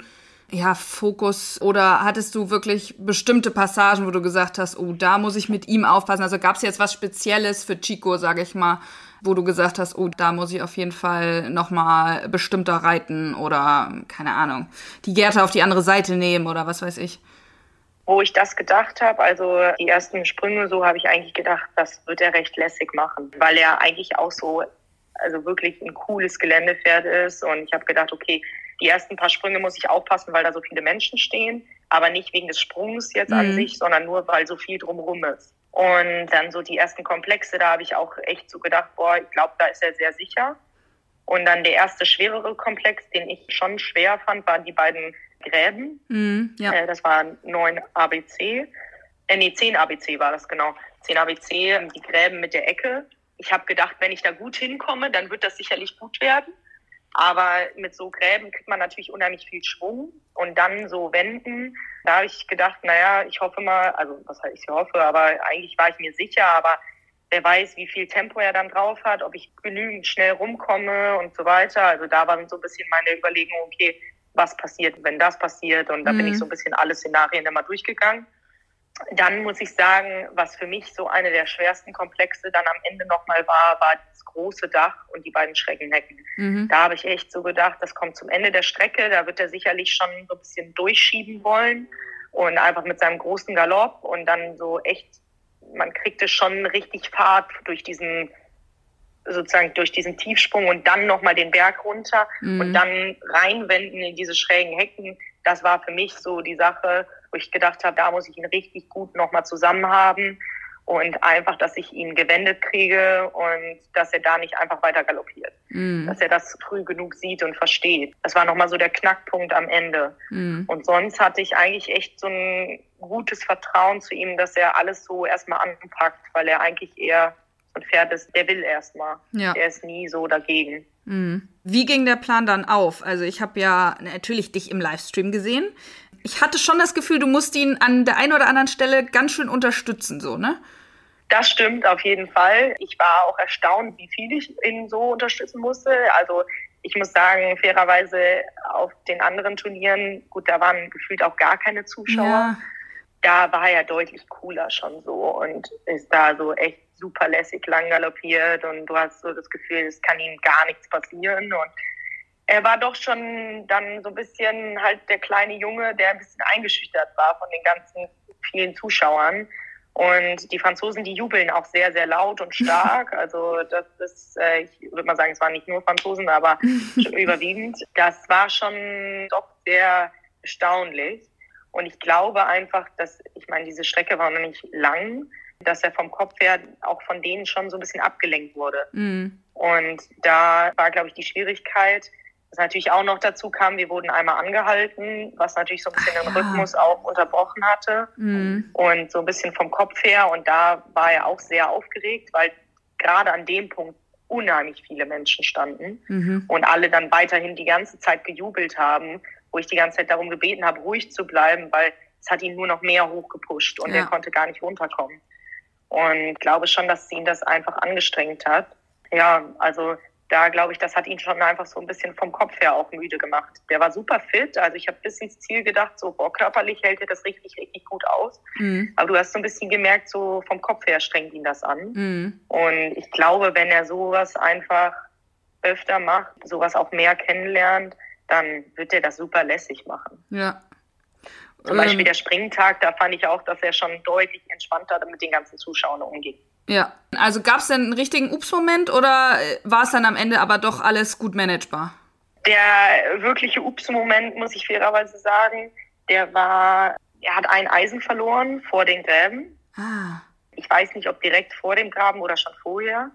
Fokus, oder hattest du wirklich bestimmte Passagen, wo du gesagt hast, oh, da muss ich mit ihm aufpassen? Also gab es jetzt was Spezielles für Chico, sage ich mal, wo du gesagt hast, oh, da muss ich auf jeden Fall nochmal bestimmter reiten oder, keine Ahnung, die Gerte auf die andere Seite nehmen oder was weiß ich? Wo ich das gedacht habe, also die ersten Sprünge, so habe ich eigentlich gedacht, das wird er recht lässig machen, weil er eigentlich auch so, also wirklich ein cooles Geländepferd ist, und ich habe gedacht, okay, die ersten paar Sprünge muss ich aufpassen, weil da so viele Menschen stehen, aber nicht wegen des Sprungs jetzt an sich, sondern nur, weil so viel drumherum ist. Und dann so die ersten Komplexe, da habe ich auch echt so gedacht, boah, ich glaube, da ist er sehr sicher. Und dann der erste schwerere Komplex, den ich schon schwer fand, waren die beiden Gräben. Das waren 9 ABC. 10 ABC war das, genau. 10 ABC, die Gräben mit der Ecke. Ich habe gedacht, wenn ich da gut hinkomme, dann wird das sicherlich gut werden. Aber mit so Gräben kriegt man natürlich unheimlich viel Schwung. Und dann so Wenden, da habe ich gedacht, naja, ich hoffe mal, also was heißt ich hoffe, aber eigentlich war ich mir sicher, aber wer weiß, wie viel Tempo er dann drauf hat, ob ich genügend schnell rumkomme und so weiter. Also da war so ein bisschen meine Überlegung, okay, was passiert, wenn das passiert? Und da bin ich so ein bisschen alle Szenarien immer durchgegangen. Dann muss ich sagen, was für mich so eine der schwersten Komplexe dann am Ende nochmal war das große Dach und die beiden Schreckenhecken. Da habe ich echt so gedacht, das kommt zum Ende der Strecke, da wird er sicherlich schon so ein bisschen durchschieben wollen und einfach mit seinem großen Galopp und dann so echt, man kriegte schon richtig Fahrt durch diesen Tiefsprung und dann nochmal den Berg runter und dann reinwenden in diese schrägen Hecken. Das war für mich so die Sache, wo ich gedacht habe, da muss ich ihn richtig gut nochmal zusammen haben und einfach, dass ich ihn gewendet kriege und dass er da nicht einfach weiter galoppiert. Dass er das früh genug sieht und versteht. Das war nochmal so der Knackpunkt am Ende. Und sonst hatte ich eigentlich echt so ein gutes Vertrauen zu ihm, dass er alles so erstmal anpackt, weil er eigentlich eher so ein Pferd ist, der will erstmal. Ja. Der ist nie so dagegen. Wie ging der Plan dann auf? Also ich habe ja natürlich dich im Livestream gesehen. Ich hatte schon das Gefühl, du musst ihn an der einen oder anderen Stelle ganz schön unterstützen, so, ne? Das stimmt auf jeden Fall. Ich war auch erstaunt, wie viel ich ihn so unterstützen musste. Also ich muss sagen, fairerweise auf den anderen Turnieren, gut, da waren gefühlt auch gar keine Zuschauer. da war er deutlich cooler schon so und ist da so echt super lässig lang galoppiert und du hast so das Gefühl, es kann ihm gar nichts passieren. Und er war doch schon dann so ein bisschen halt der kleine Junge, der ein bisschen eingeschüchtert war von den ganzen vielen Zuschauern. Und die Franzosen, die jubeln auch sehr, sehr laut und stark. Also das ist, ich würde mal sagen, es waren nicht nur Franzosen, aber überwiegend. Das war schon doch sehr erstaunlich. Und ich glaube einfach, ich meine, diese Strecke war noch nicht lang, dass er vom Kopf her auch von denen schon so ein bisschen abgelenkt wurde. Und da war, glaube ich, die Schwierigkeit, was natürlich auch noch dazu kam, wir wurden einmal angehalten, was natürlich so ein bisschen den Rhythmus auch unterbrochen hatte. Und so ein bisschen vom Kopf her. Und da war er auch sehr aufgeregt, weil gerade an dem Punkt unheimlich viele Menschen standen und alle dann weiterhin die ganze Zeit gejubelt haben, wo ich die ganze Zeit darum gebeten habe, ruhig zu bleiben, weil es hat ihn nur noch mehr hochgepusht und er konnte gar nicht runterkommen. Und ich glaube schon, dass ihn das einfach angestrengt hat. Ja, also da glaube ich, das hat ihn schon einfach so ein bisschen vom Kopf her auch müde gemacht. Der war super fit, also ich habe bis ins Ziel gedacht, so körperlich hält er das richtig, richtig gut aus. Aber du hast so ein bisschen gemerkt, so vom Kopf her strengt ihn das an. Und ich glaube, wenn er sowas einfach öfter macht, sowas auch mehr kennenlernt, dann wird er das super lässig machen. Ja. Zum Beispiel der Springtag, da fand ich auch, dass er schon deutlich entspannter mit den ganzen Zuschauern umging. Ja, also gab es denn einen richtigen Ups-Moment oder war es dann am Ende aber doch alles gut managebar? Der wirkliche Ups-Moment, muss ich fairerweise sagen, er hat ein Eisen verloren vor den Gräben. Ich weiß nicht, ob direkt vor dem Graben oder schon vorher.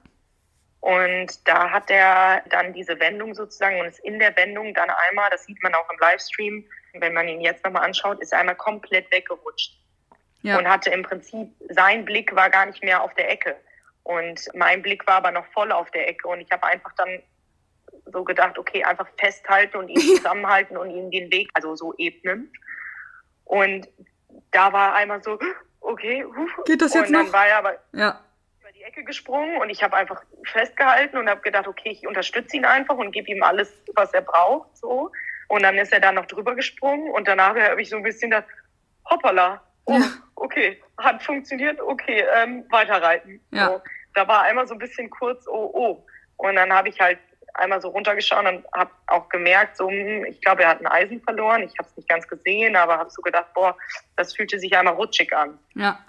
Und da hat er dann diese Wendung sozusagen und ist in der Wendung dann einmal, das sieht man auch im Livestream, wenn man ihn jetzt nochmal anschaut, ist er einmal komplett weggerutscht. Ja. Und hatte im Prinzip, sein Blick war gar nicht mehr auf der Ecke. Und mein Blick war aber noch voll auf der Ecke. Und ich habe einfach dann so gedacht, okay, einfach festhalten und ihn zusammenhalten und ihm den Weg, also so ebnen. Und da war einmal so, okay, geht das jetzt und dann noch? War er aber über die Ecke gesprungen und ich habe einfach festgehalten und habe gedacht, okay, ich unterstütze ihn einfach und gebe ihm alles, was er braucht. So. Und dann ist er da noch drüber gesprungen und danach habe ich so ein bisschen gedacht, hoppala. Oh, okay, hat funktioniert, okay, weiterreiten. Ja. So, da war einmal so ein bisschen kurz, oh. Und dann habe ich halt einmal so runtergeschaut und habe auch gemerkt, so, ich glaube, er hat ein Eisen verloren. Ich habe es nicht ganz gesehen, aber habe so gedacht, das fühlte sich einmal rutschig an. Ja.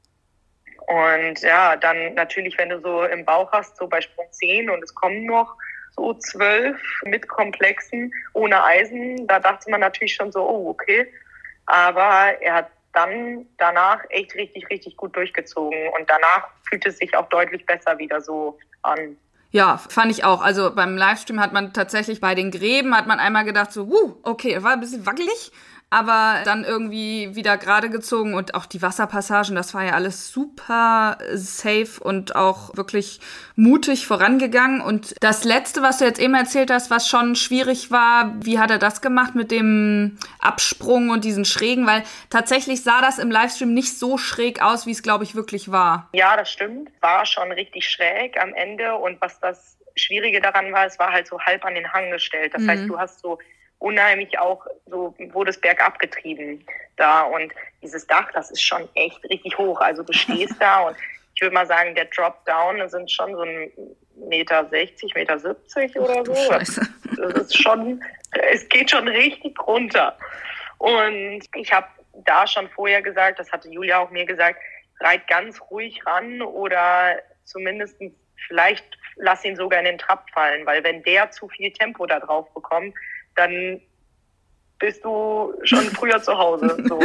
Und ja, dann natürlich, wenn du so im Bauch hast, so bei Sprung 10 und es kommen noch so 12 mit Komplexen ohne Eisen, da dachte man natürlich schon so, oh, okay. Aber er hat dann danach echt richtig, richtig gut durchgezogen. Und danach fühlt es sich auch deutlich besser wieder so an. Ja, fand ich auch. Also beim Livestream hat man tatsächlich bei den Gräben, hat man einmal gedacht so, okay, war ein bisschen wackelig, aber dann irgendwie wieder gerade gezogen und auch die Wasserpassagen, das war ja alles super safe und auch wirklich mutig vorangegangen. Und das Letzte, was du jetzt eben erzählt hast, was schon schwierig war, wie hat er das gemacht mit dem Absprung und diesen Schrägen? Weil tatsächlich sah das im Livestream nicht so schräg aus, wie es, glaube ich, wirklich war. Ja, das stimmt. War schon richtig schräg am Ende. Und was das Schwierige daran war, es war halt so halb an den Hang gestellt. Das heißt, du hast so unheimlich auch so, wurde es bergab getrieben da und dieses Dach, das ist schon echt richtig hoch. Also du stehst da und ich würde mal sagen, der Drop-Down sind schon so 1,60 Meter, 1,70 Meter oder so. Scheiße. Das ist schon, es geht schon richtig runter. Und ich habe da schon vorher gesagt, das hatte Julia auch mir gesagt, reit ganz ruhig ran oder zumindest vielleicht lass ihn sogar in den Trab fallen, weil wenn der zu viel Tempo da drauf bekommt, dann bist du schon früher zu Hause. So.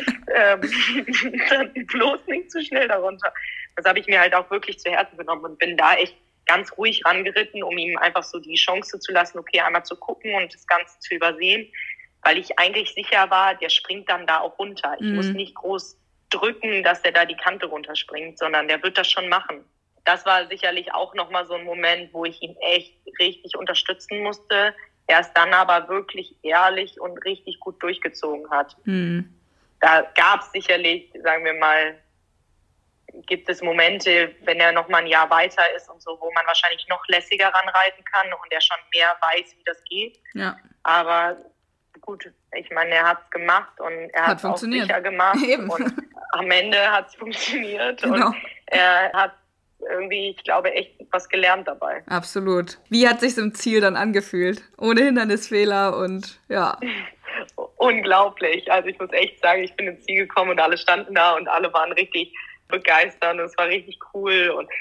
Dann bloß nicht zu schnell darunter. Das habe ich mir halt auch wirklich zu Herzen genommen und bin da echt ganz ruhig rangeritten, um ihm einfach so die Chance zu lassen, okay, einmal zu gucken und das Ganze zu übersehen, weil ich eigentlich sicher war, der springt dann da auch runter. Ich muss nicht groß drücken, dass der da die Kante runterspringt, sondern der wird das schon machen. Das war sicherlich auch nochmal so ein Moment, wo ich ihn echt richtig unterstützen musste. Er es dann aber wirklich ehrlich und richtig gut durchgezogen hat. Da gab es sicherlich, sagen wir mal, gibt es Momente, wenn er noch mal ein Jahr weiter ist und so, wo man wahrscheinlich noch lässiger ranreiten kann und er schon mehr weiß, wie das geht. Ja. Aber gut, ich meine, er hat es gemacht und er hat es auch sicher gemacht. Eben. Und am Ende hat es funktioniert. Genau. Und er hat irgendwie, ich glaube, echt was gelernt dabei. Absolut. Wie hat sich's im Ziel dann angefühlt? Ohne Hindernisfehler und ja. Unglaublich. Also ich muss echt sagen, ich bin ins Ziel gekommen und alle standen da und alle waren richtig begeistert und es war richtig cool und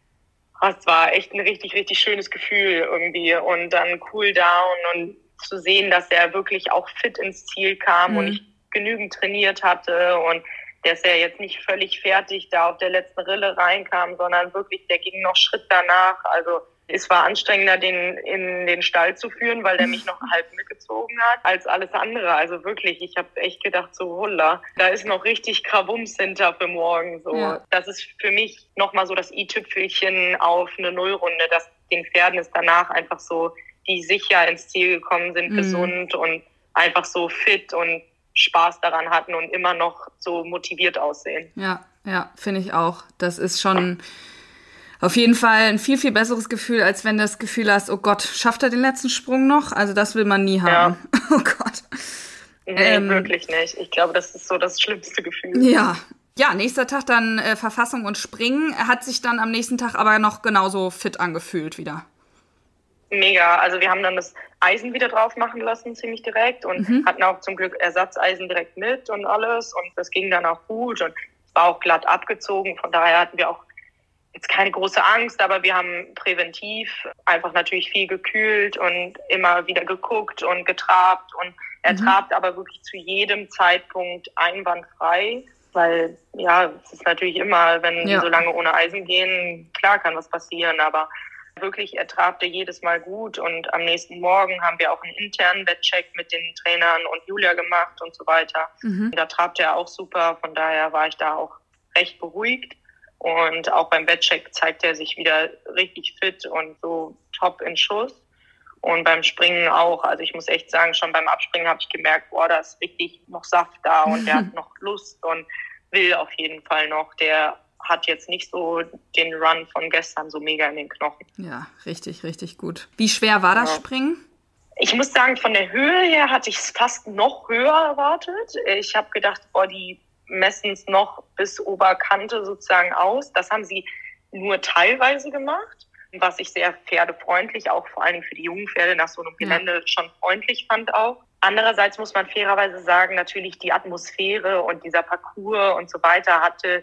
es war echt ein richtig, richtig schönes Gefühl irgendwie und dann Cooldown und zu sehen, dass er wirklich auch fit ins Ziel kam und ich genügend trainiert hatte und dass er jetzt nicht völlig fertig da auf der letzten Rille reinkam, sondern wirklich, der ging noch Schritt danach. Also es war anstrengender, den in den Stall zu führen, weil der mich noch halb mitgezogen hat, als alles andere. Also wirklich, ich habe echt gedacht, so holla, da ist noch richtig Krawums hinter für morgen. So, ja. Das ist für mich nochmal so das i-Tüpfelchen auf eine Nullrunde, dass den Pferden ist danach einfach so, die sicher ins Ziel gekommen sind, gesund und einfach so fit und Spaß daran hatten und immer noch so motiviert aussehen. Ja, finde ich auch. Das ist schon auf jeden Fall ein viel, viel besseres Gefühl, als wenn du das Gefühl hast, oh Gott, schafft er den letzten Sprung noch? Also das will man nie haben. Ja. Oh Gott. Nee, wirklich nicht. Ich glaube, das ist so das schlimmste Gefühl. Ja, nächster Tag dann Verfassung und Springen. Er hat sich dann am nächsten Tag aber noch genauso fit angefühlt wieder. Mega. Also wir haben dann das Eisen wieder drauf machen lassen, ziemlich direkt und hatten auch zum Glück Ersatzeisen direkt mit und alles und das ging dann auch gut und es war auch glatt abgezogen. Von daher hatten wir auch jetzt keine große Angst, aber wir haben präventiv einfach natürlich viel gekühlt und immer wieder geguckt und getrabt und er trabt aber wirklich zu jedem Zeitpunkt einwandfrei, weil ja, es ist natürlich immer, wenn die so lange ohne Eisen gehen, klar kann was passieren, aber wirklich, er trabte jedes Mal gut und am nächsten Morgen haben wir auch einen internen Wettcheck mit den Trainern und Julia gemacht und so weiter. Da trabte er auch super, von daher war ich da auch recht beruhigt und auch beim Wettcheck zeigt er sich wieder richtig fit und so top in Schuss und beim Springen auch, also ich muss echt sagen, schon beim Abspringen habe ich gemerkt, boah, da ist richtig noch Saft da und der hat noch Lust und will auf jeden Fall noch, der hat jetzt nicht so den Run von gestern so mega in den Knochen. Ja, richtig, richtig gut. Wie schwer war das Springen? Ich muss sagen, von der Höhe her hatte ich es fast noch höher erwartet. Ich habe gedacht, die messen es noch bis Oberkante sozusagen aus. Das haben sie nur teilweise gemacht, was ich sehr pferdefreundlich, auch vor allen Dingen für die jungen Pferde nach so einem Gelände schon freundlich fand auch. Andererseits muss man fairerweise sagen, natürlich die Atmosphäre und dieser Parcours und so weiter hatte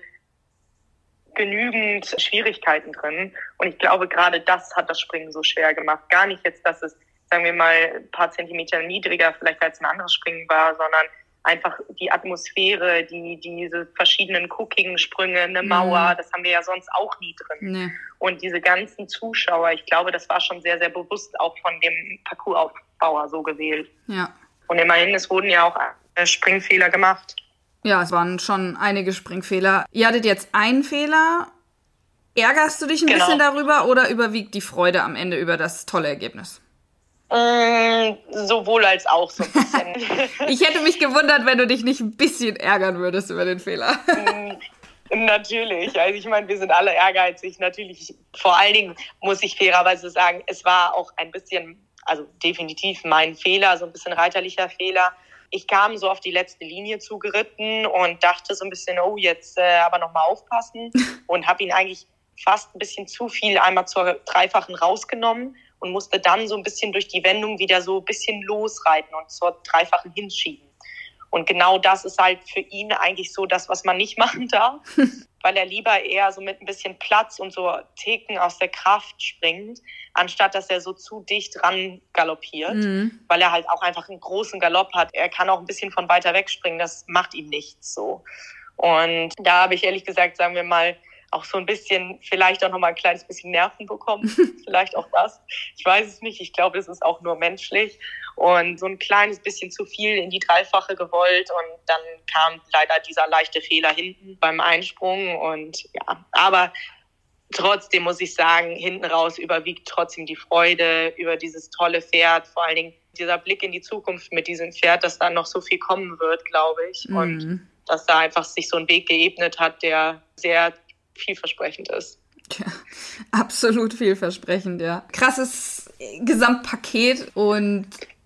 genügend Schwierigkeiten drin. Und ich glaube, gerade das hat das Springen so schwer gemacht. Gar nicht jetzt, dass es, sagen wir mal, ein paar Zentimeter niedriger vielleicht als ein anderes Springen war, sondern einfach die Atmosphäre, diese verschiedenen guckigen Sprünge, eine Mauer, das haben wir ja sonst auch nie drin. Nee. Und diese ganzen Zuschauer, ich glaube, das war schon sehr, sehr bewusst auch von dem Parcoursaufbauer so gewählt. Ja. Und immerhin, es wurden ja auch Springfehler gemacht. Ja, es waren schon einige Springfehler. Ihr hattet jetzt einen Fehler. Ärgerst du dich ein bisschen darüber oder überwiegt die Freude am Ende über das tolle Ergebnis? Sowohl als auch so ein bisschen. Ich hätte mich gewundert, wenn du dich nicht ein bisschen ärgern würdest über den Fehler. Natürlich. Also ich meine, wir sind alle ehrgeizig. Natürlich, vor allen Dingen muss ich fairerweise sagen, es war auch ein bisschen, also definitiv mein Fehler, so ein bisschen reiterlicher Fehler. Ich kam so auf die letzte Linie zugeritten und dachte so ein bisschen, jetzt aber nochmal aufpassen und habe ihn eigentlich fast ein bisschen zu viel einmal zur Dreifachen rausgenommen und musste dann so ein bisschen durch die Wendung wieder so ein bisschen losreiten und zur Dreifachen hinschieben. Und genau das ist halt für ihn eigentlich so das, was man nicht machen darf, weil er lieber eher so mit ein bisschen Platz und so Theken aus der Kraft springt, anstatt dass er so zu dicht ran galoppiert, weil er halt auch einfach einen großen Galopp hat. Er kann auch ein bisschen von weiter weg springen, das macht ihm nichts so. Und da habe ich ehrlich gesagt, sagen wir mal, auch so ein bisschen, vielleicht auch noch mal ein kleines bisschen Nerven bekommen. Vielleicht auch das. Ich weiß es nicht. Ich glaube, es ist auch nur menschlich. Und so ein kleines bisschen zu viel in die Dreifache gewollt. Und dann kam leider dieser leichte Fehler hinten beim Einsprung. Und ja, aber trotzdem muss ich sagen, hinten raus überwiegt trotzdem die Freude über dieses tolle Pferd. Vor allen Dingen dieser Blick in die Zukunft mit diesem Pferd, dass da noch so viel kommen wird, glaube ich. Und dass da einfach sich so ein Weg geebnet hat, der sehr vielversprechend ist. Ja, absolut vielversprechend, ja. Krasses Gesamtpaket und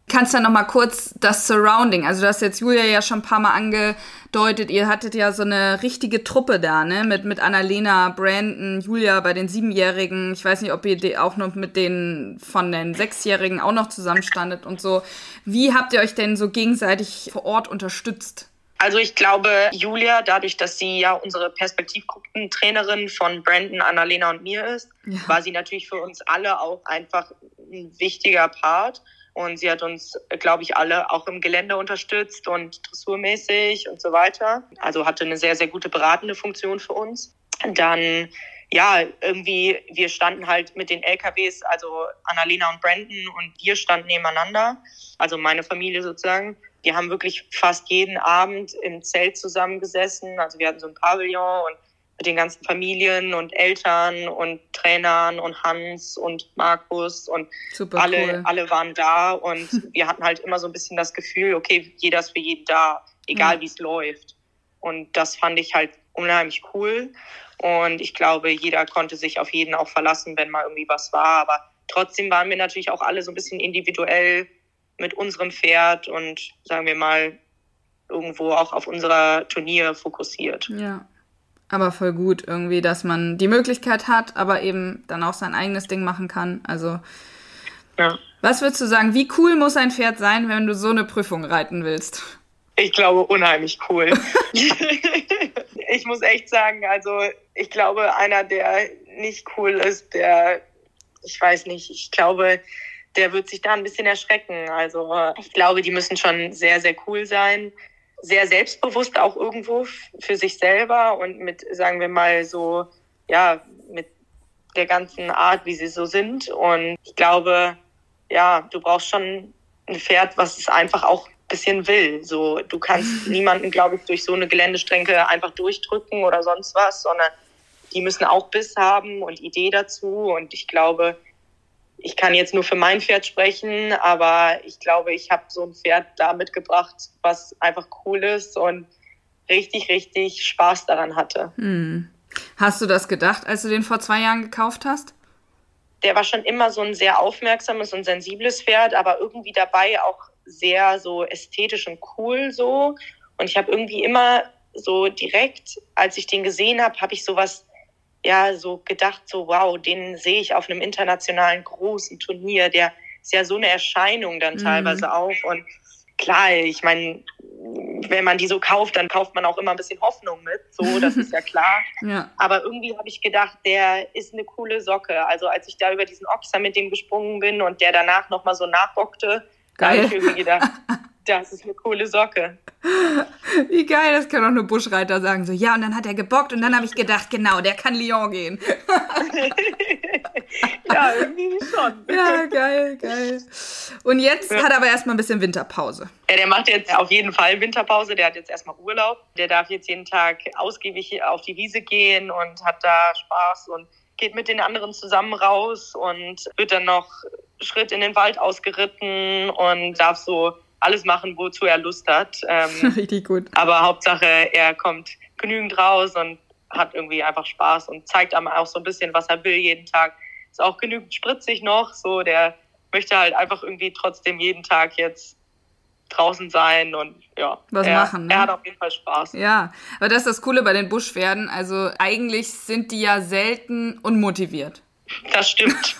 Kannst du noch mal kurz das Surrounding, also du hast jetzt Julia ja schon ein paar Mal angedeutet, ihr hattet ja so eine richtige Truppe da, ne, mit Annalena, Brandon, Julia bei den 7-Jährigen, ich weiß nicht, ob ihr auch noch mit denen von den 6-Jährigen auch noch zusammenstandet und so. Wie habt ihr euch denn so gegenseitig vor Ort unterstützt? Also ich glaube, Julia, dadurch, dass sie ja unsere Perspektivgruppentrainerin von Brandon, Annalena und mir ist, war sie natürlich für uns alle auch einfach ein wichtiger Part. Und sie hat uns, glaube ich, alle auch im Gelände unterstützt und dressurmäßig und so weiter. Also hatte eine sehr, sehr gute beratende Funktion für uns. Dann, ja, irgendwie, wir standen halt mit den LKWs, also Annalena und Brandon und wir standen nebeneinander, also meine Familie sozusagen. Wir haben wirklich fast jeden Abend im Zelt zusammengesessen. Also wir hatten so ein Pavillon und mit den ganzen Familien und Eltern und Trainern und Hans und Markus und alle waren da. Und wir hatten halt immer so ein bisschen das Gefühl, okay, jeder ist für jeden da, egal wie es läuft. Und das fand ich halt unheimlich cool. Und ich glaube, jeder konnte sich auf jeden auch verlassen, wenn mal irgendwie was war. Aber trotzdem waren wir natürlich auch alle so ein bisschen individuell mit unserem Pferd und, sagen wir mal, irgendwo auch auf unser Turnier fokussiert. Ja, aber voll gut irgendwie, dass man die Möglichkeit hat, aber eben dann auch sein eigenes Ding machen kann. Also, ja. Was würdest du sagen, wie cool muss ein Pferd sein, wenn du so eine Prüfung reiten willst? Ich glaube, unheimlich cool. Ich muss echt sagen, also ich glaube, einer, der nicht cool ist, ich weiß nicht, ich glaube, der wird sich da ein bisschen erschrecken. Also ich glaube, die müssen schon sehr, sehr cool sein. Sehr selbstbewusst auch irgendwo für sich selber und mit, sagen wir mal so, ja, mit der ganzen Art, wie sie so sind. Und ich glaube, ja, du brauchst schon ein Pferd, was es einfach auch ein bisschen will. So, du kannst niemanden, glaube ich, durch so eine Geländestrecke einfach durchdrücken oder sonst was, sondern die müssen auch Biss haben und Idee dazu. Und ich glaube, ich kann jetzt nur für mein Pferd sprechen, aber ich glaube, ich habe so ein Pferd da mitgebracht, was einfach cool ist und richtig, richtig Spaß daran hatte. Hast du das gedacht, als du den vor 2 Jahren gekauft hast? Der war schon immer so ein sehr aufmerksames und sensibles Pferd, aber irgendwie dabei auch sehr so ästhetisch und cool so. Und ich habe irgendwie immer so direkt, als ich den gesehen habe, habe ich sowas so gedacht, so wow, den sehe ich auf einem internationalen großen Turnier, der ist ja so eine Erscheinung dann teilweise auch. Und klar, ich meine, wenn man die so kauft, dann kauft man auch immer ein bisschen Hoffnung mit, so, das ist ja klar. Ja. Aber irgendwie habe ich gedacht, der ist eine coole Socke. Also als ich da über diesen Ochser mit dem gesprungen bin und der danach nochmal so nachbockte, da habe ich irgendwie gedacht, das ist eine coole Socke. Wie geil, das können auch nur Buschreiter sagen. So, ja, und dann hat er gebockt und dann habe ich gedacht, genau, der kann Lyon gehen. Ja, irgendwie schon. Ja, geil. Und jetzt hat er aber erstmal ein bisschen Winterpause. Ja, der macht jetzt auf jeden Fall Winterpause. Der hat jetzt erstmal Urlaub. Der darf jetzt jeden Tag ausgiebig auf die Wiese gehen und hat da Spaß und geht mit den anderen zusammen raus und wird dann noch Schritt in den Wald ausgeritten und darf so alles machen, wozu er Lust hat. Richtig gut. Aber Hauptsache, er kommt genügend raus und hat irgendwie einfach Spaß und zeigt einem auch so ein bisschen, was er will jeden Tag. Ist auch genügend spritzig noch, so, der möchte halt einfach irgendwie trotzdem jeden Tag jetzt draußen sein und was machen. Ne? Er hat auf jeden Fall Spaß. Ja, aber das ist das Coole bei den Buschpferden. Also eigentlich sind die ja selten unmotiviert. Das stimmt.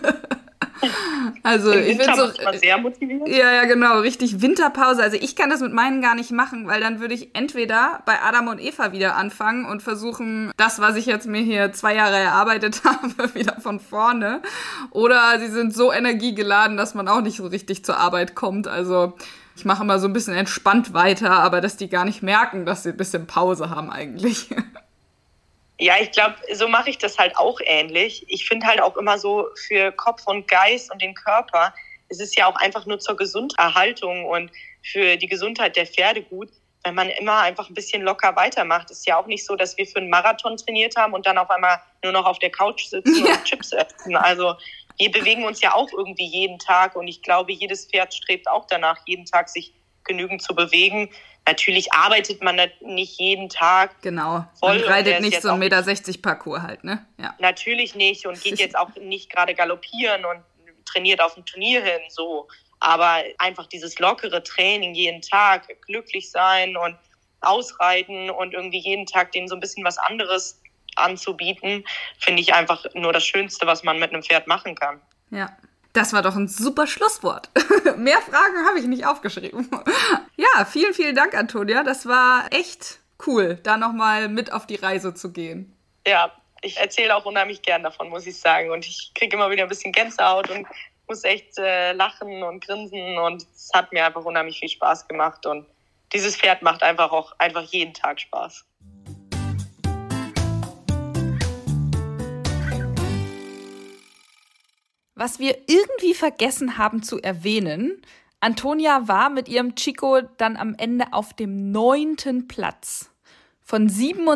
Also ich bin so sehr motiviert. Ja, genau, richtig Winterpause. Also ich kann das mit meinen gar nicht machen, weil dann würde ich entweder bei Adam und Eva wieder anfangen und versuchen, das, was ich jetzt mir hier 2 Jahre erarbeitet habe, wieder von vorne. Oder sie sind so energiegeladen, dass man auch nicht so richtig zur Arbeit kommt. Also ich mache immer so ein bisschen entspannt weiter, aber dass die gar nicht merken, dass sie ein bisschen Pause haben eigentlich. Ja, ich glaube, so mache ich das halt auch ähnlich. Ich finde halt auch immer so für Kopf und Geist und den Körper, es ist ja auch einfach nur zur Gesunderhaltung und für die Gesundheit der Pferde gut, wenn man immer einfach ein bisschen locker weitermacht. Es ist ja auch nicht so, dass wir für einen Marathon trainiert haben und dann auf einmal nur noch auf der Couch sitzen und Chips essen. Also wir bewegen uns ja auch irgendwie jeden Tag und ich glaube, jedes Pferd strebt auch danach, jeden Tag sich genügend zu bewegen. Natürlich arbeitet man nicht jeden Tag. Genau, man reitet nicht so 1,60 Meter Parcours halt, ne? Ja. Natürlich nicht und geht jetzt auch nicht gerade galoppieren und trainiert auf ein Turnier hin, so. Aber einfach dieses lockere Training, jeden Tag glücklich sein und ausreiten und irgendwie jeden Tag denen so ein bisschen was anderes anzubieten, finde ich einfach nur das Schönste, was man mit einem Pferd machen kann. Ja, das war doch ein super Schlusswort. Mehr Fragen habe ich nicht aufgeschrieben. Ja, vielen, vielen Dank, Antonia. Das war echt cool, da nochmal mit auf die Reise zu gehen. Ja, ich erzähle auch unheimlich gern davon, muss ich sagen. Und ich kriege immer wieder ein bisschen Gänsehaut und muss echt lachen und grinsen. Und es hat mir einfach unheimlich viel Spaß gemacht. Und dieses Pferd macht einfach jeden Tag Spaß. Was wir irgendwie vergessen haben zu erwähnen, Antonia war mit ihrem Chico dann am Ende auf dem 9. Platz von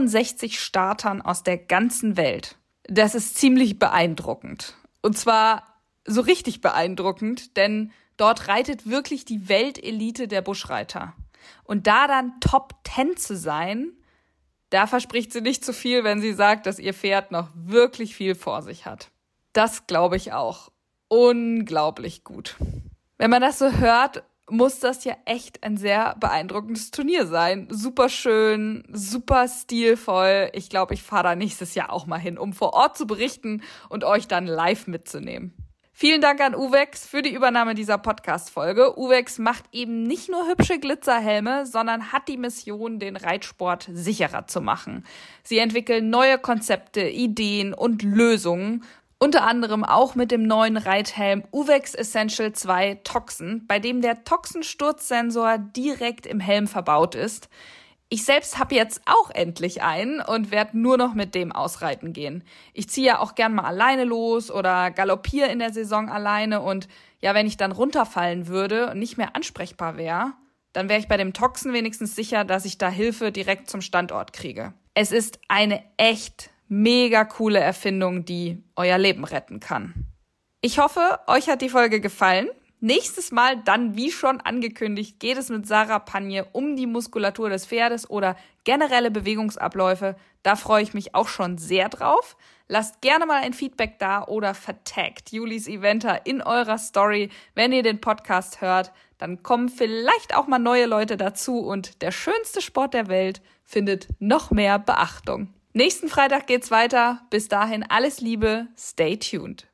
67 Startern aus der ganzen Welt. Das ist ziemlich beeindruckend. Und zwar so richtig beeindruckend, denn dort reitet wirklich die Weltelite der Buschreiter. Und da dann Top 10 zu sein, da verspricht sie nicht zu viel, wenn sie sagt, dass ihr Pferd noch wirklich viel vor sich hat. Das glaube ich auch. Unglaublich gut. Wenn man das so hört, muss das ja echt ein sehr beeindruckendes Turnier sein. Super schön, super stilvoll. Ich glaube, ich fahre da nächstes Jahr auch mal hin, um vor Ort zu berichten und euch dann live mitzunehmen. Vielen Dank an Uvex für die Übernahme dieser Podcast-Folge. Uvex macht eben nicht nur hübsche Glitzerhelme, sondern hat die Mission, den Reitsport sicherer zu machen. Sie entwickeln neue Konzepte, Ideen und Lösungen. Unter anderem auch mit dem neuen Reithelm Uvex Essential 2 Toxen, bei dem der Toxensturzsensor direkt im Helm verbaut ist. Ich selbst habe jetzt auch endlich einen und werde nur noch mit dem ausreiten gehen. Ich ziehe ja auch gern mal alleine los oder galoppiere in der Saison alleine und ja, wenn ich dann runterfallen würde und nicht mehr ansprechbar wäre, dann wäre ich bei dem Toxen wenigstens sicher, dass ich da Hilfe direkt zum Standort kriege. Es ist eine echt mega coole Erfindung, die euer Leben retten kann. Ich hoffe, euch hat die Folge gefallen. Nächstes Mal dann, wie schon angekündigt, geht es mit Sarah Panje um die Muskulatur des Pferdes oder generelle Bewegungsabläufe. Da freue ich mich auch schon sehr drauf. Lasst gerne mal ein Feedback da oder vertagt Julis Eventer in eurer Story. Wenn ihr den Podcast hört, dann kommen vielleicht auch mal neue Leute dazu und der schönste Sport der Welt findet noch mehr Beachtung. Nächsten Freitag geht's weiter. Bis dahin alles Liebe, stay tuned.